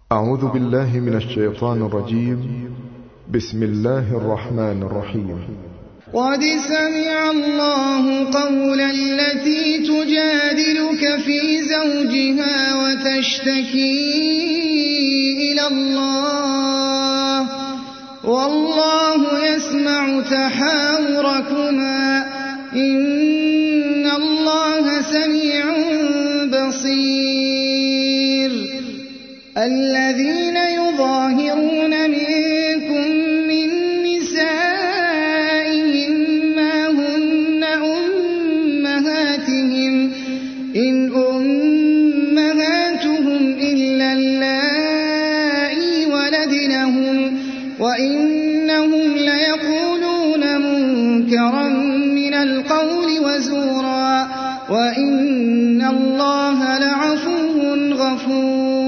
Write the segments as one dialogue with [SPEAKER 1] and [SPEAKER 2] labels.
[SPEAKER 1] أعوذ بالله من الشيطان الرجيم. بسم الله الرحمن الرحيم.
[SPEAKER 2] قد سمع الله قول التي تجادلك في زوجها وتشتكي إلى الله والله يسمع تحاوركما إن الله سميع بصير. الذين يظاهرون منكم من نسائهم ما هن أمهاتهم إن أمهاتهم إلا اللائي ولدنهم وإنهم ليقولون منكرا من القول وزورا وإن الله لعفو غفور.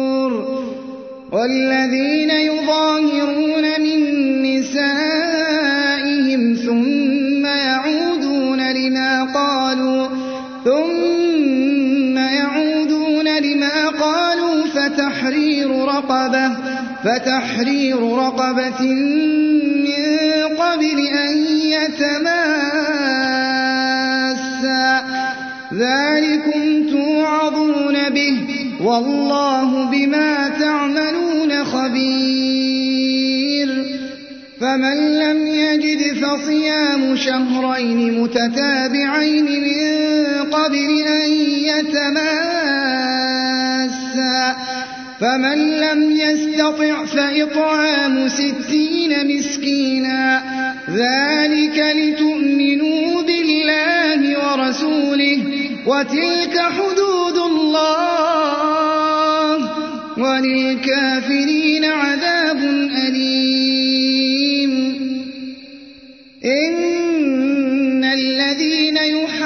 [SPEAKER 2] والذين يظاهرون من نسائهم ثم يعودون لما قالوا فتحرير رقبة من قبل أن يتماسا ذلكم توعظون به والله بما تعملون خبير. فمن لم يجد فصيام شهرين متتابعين من قبل أن يتماسا فمن لم يستطع فإطعام 60 مسكينا ذلك لتؤمنوا بالله ورسوله وتلك حدود الله وللكافرين عذاب أليم. إن الذين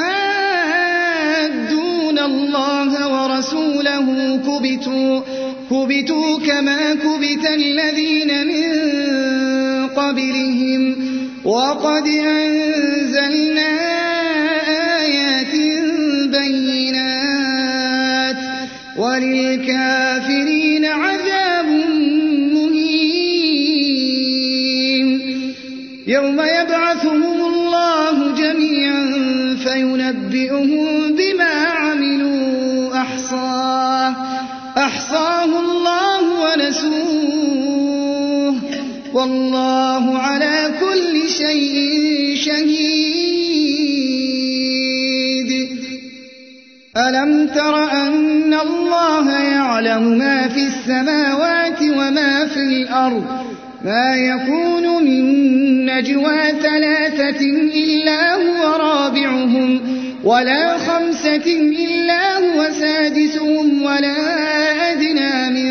[SPEAKER 2] يحادون الله ورسوله كبتوا كما كبت الذين من قبلهم وقد أنزلنا آيات بينات وللكافرين عذاب مهين. يوم يبعثهم الله جميعا فينبئهم بما عملوا أحصاه الله ونسوه والله على كل شيء شهيد. ألم تر أن الله يعلم ما في السماوات وما في الأرض ما يكون من نجوى 3 إلا هو رابعهم ولا 5 إلا هو سادسهم ولا أدنى من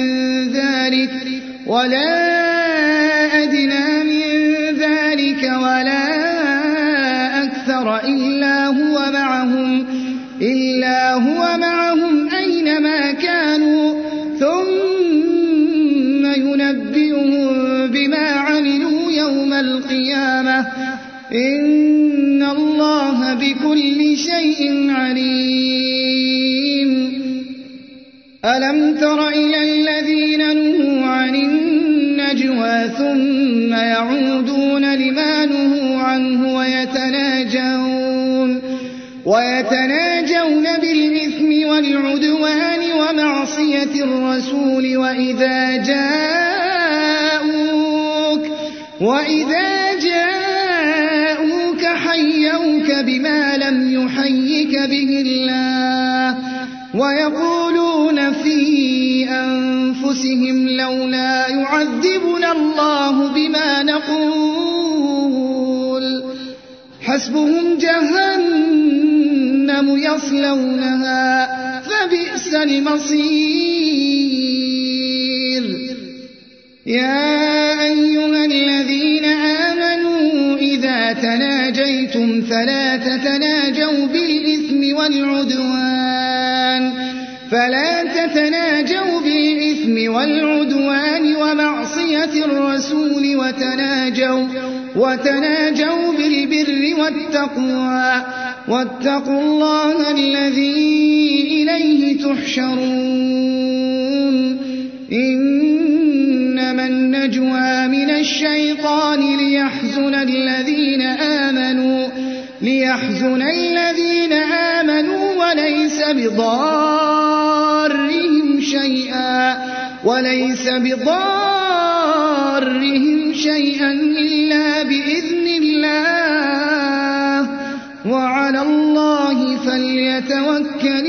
[SPEAKER 2] ذلك ولا أكثر إلا هو معهم أينما كانوا ثم ينبئهم بما عملوا يوم القيامة إن الله بكل شيء عليم. ألم تر إلى الذين نهوا عن النجوى ثم يعودون لما نهوا عنه ويتناجون بالإثم والعدوان ومعصية الرسول وإذا جاءوك حيوك بما لم يحيك به الله ويقولون في أنفسهم لولا يعذبنا الله بما نقول حسبهم جهنم يصلونها فبئس المصير. يا أيها الذين آمنوا إذا تناجيتم فلا تتناجوا بالإثم والعدوان ومعصية الرسول وتناجوا بالبر والتقوى واتقوا الله الذي إليه تحشرون. إنما النجوى من الشيطان ليحزن الذين آمنوا وليس بضارهم شيئا إلا بإذن الله وعلى الله فليتوكل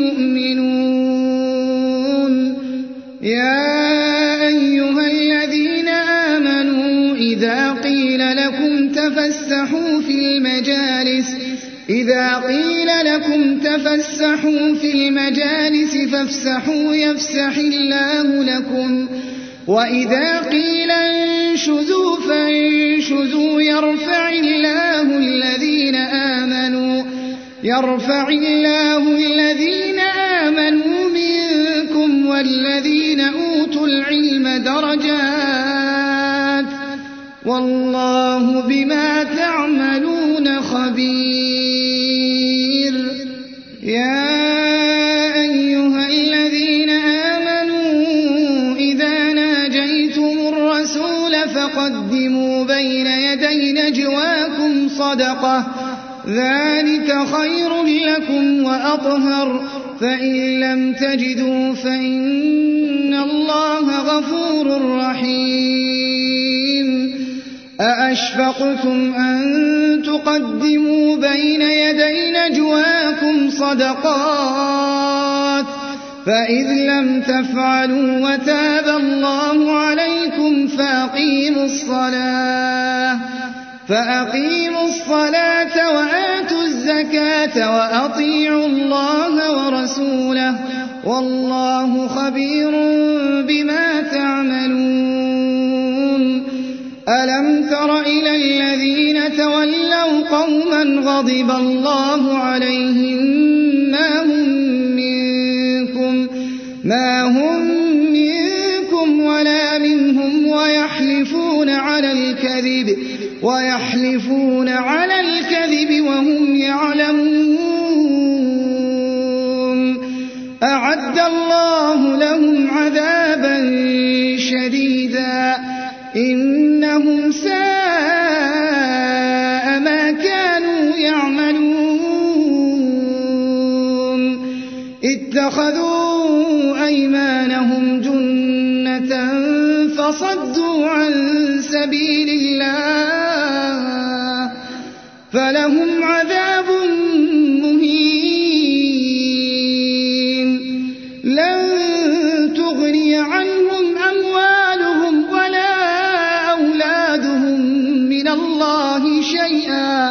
[SPEAKER 2] المؤمنون. يا أيها الذين آمنوا إذا قيل لكم تفسحوا في المجالس فافسحوا يفسح الله لكم، وإذا قيل انشزوا فانشزوا يرفع الله الذين آمنوا منكم والذين أوتوا العلم درجات والله بما تعملون خبير. يا أيها الذين آمنوا إذا ناجيتم الرسول فقدموا بين يدي نجواكم صدقة ذلك خير لكم وأطهر، فإن لم تجدوا فإن الله غفور رحيم. أأشفقتم أن تقدموا بين يدي نجواكم صدقات فإذ لم تفعلوا وتاب الله عليكم فأقيموا الصلاة وآتوا الزكاة وأطيعوا الله ورسوله والله خبير بما تعملون. ألم تر إلى الذين تولوا قوما غضب الله عليهم ما هم منكم ولا منهم ويحلفون على الكذب وهم يعلمون. أعد الله لهم عذابا شديدا إنهم ساء ما كانوا يعملون. اتخذوا أيمانهم جنة فصدوا عن سبيل الله فلهم عذاب مهين. لن تغني عنهم أموالهم ولا أولادهم من الله شيئا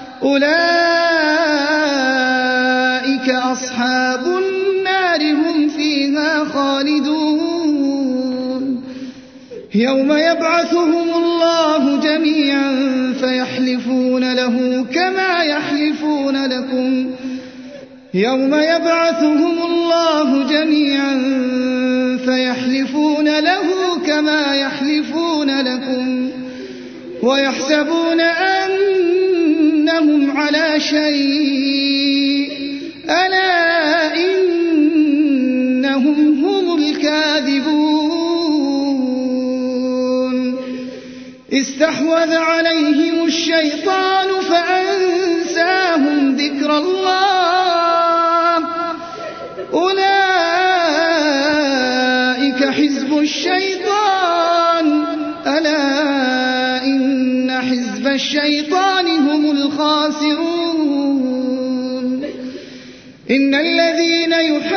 [SPEAKER 2] أولئك أصحاب النار هم فيها خالدون. يوم يبعثهم الله جميعا فيحلفون له كما يحلفون لكم ويحسبون أنهم على شيء ألا إنهم هم الكاذبون. استحوذ عليهم الشيطان فأنساهم ذكر الله أولئك حزب الشيطان ألا إن حزب الشيطان هم الخاسرون. إن الذين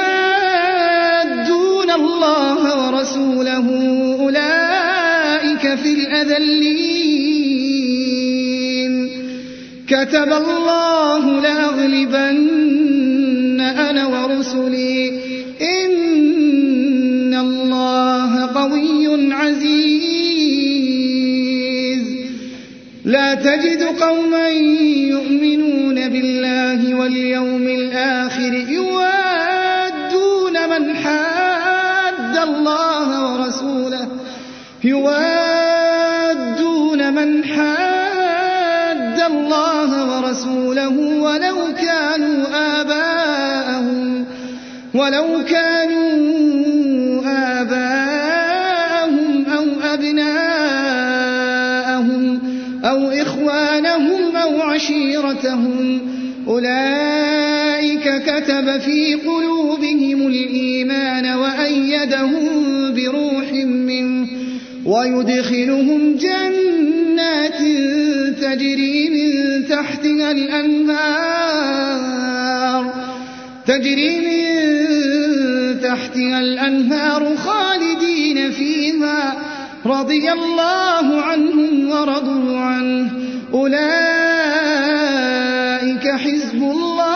[SPEAKER 2] يحادون الله ورسوله أولئك في الأذلين. كتب الله لأغلبن أنا ورسلي إن الله قوي عزيز. لا تجد قوما يؤمنون بالله واليوم الآخر يوادون من حاد الله ورسوله ولو كانوا آباءهم أو وعشيرتهم أولئك كتب في قلوبهم الإيمان وأيدهم بروح منه ويدخلهم جنات تجري من تحتها الأنهار خالدين فيها رضي الله عنهم ورضوا عنه أولئك حزب الله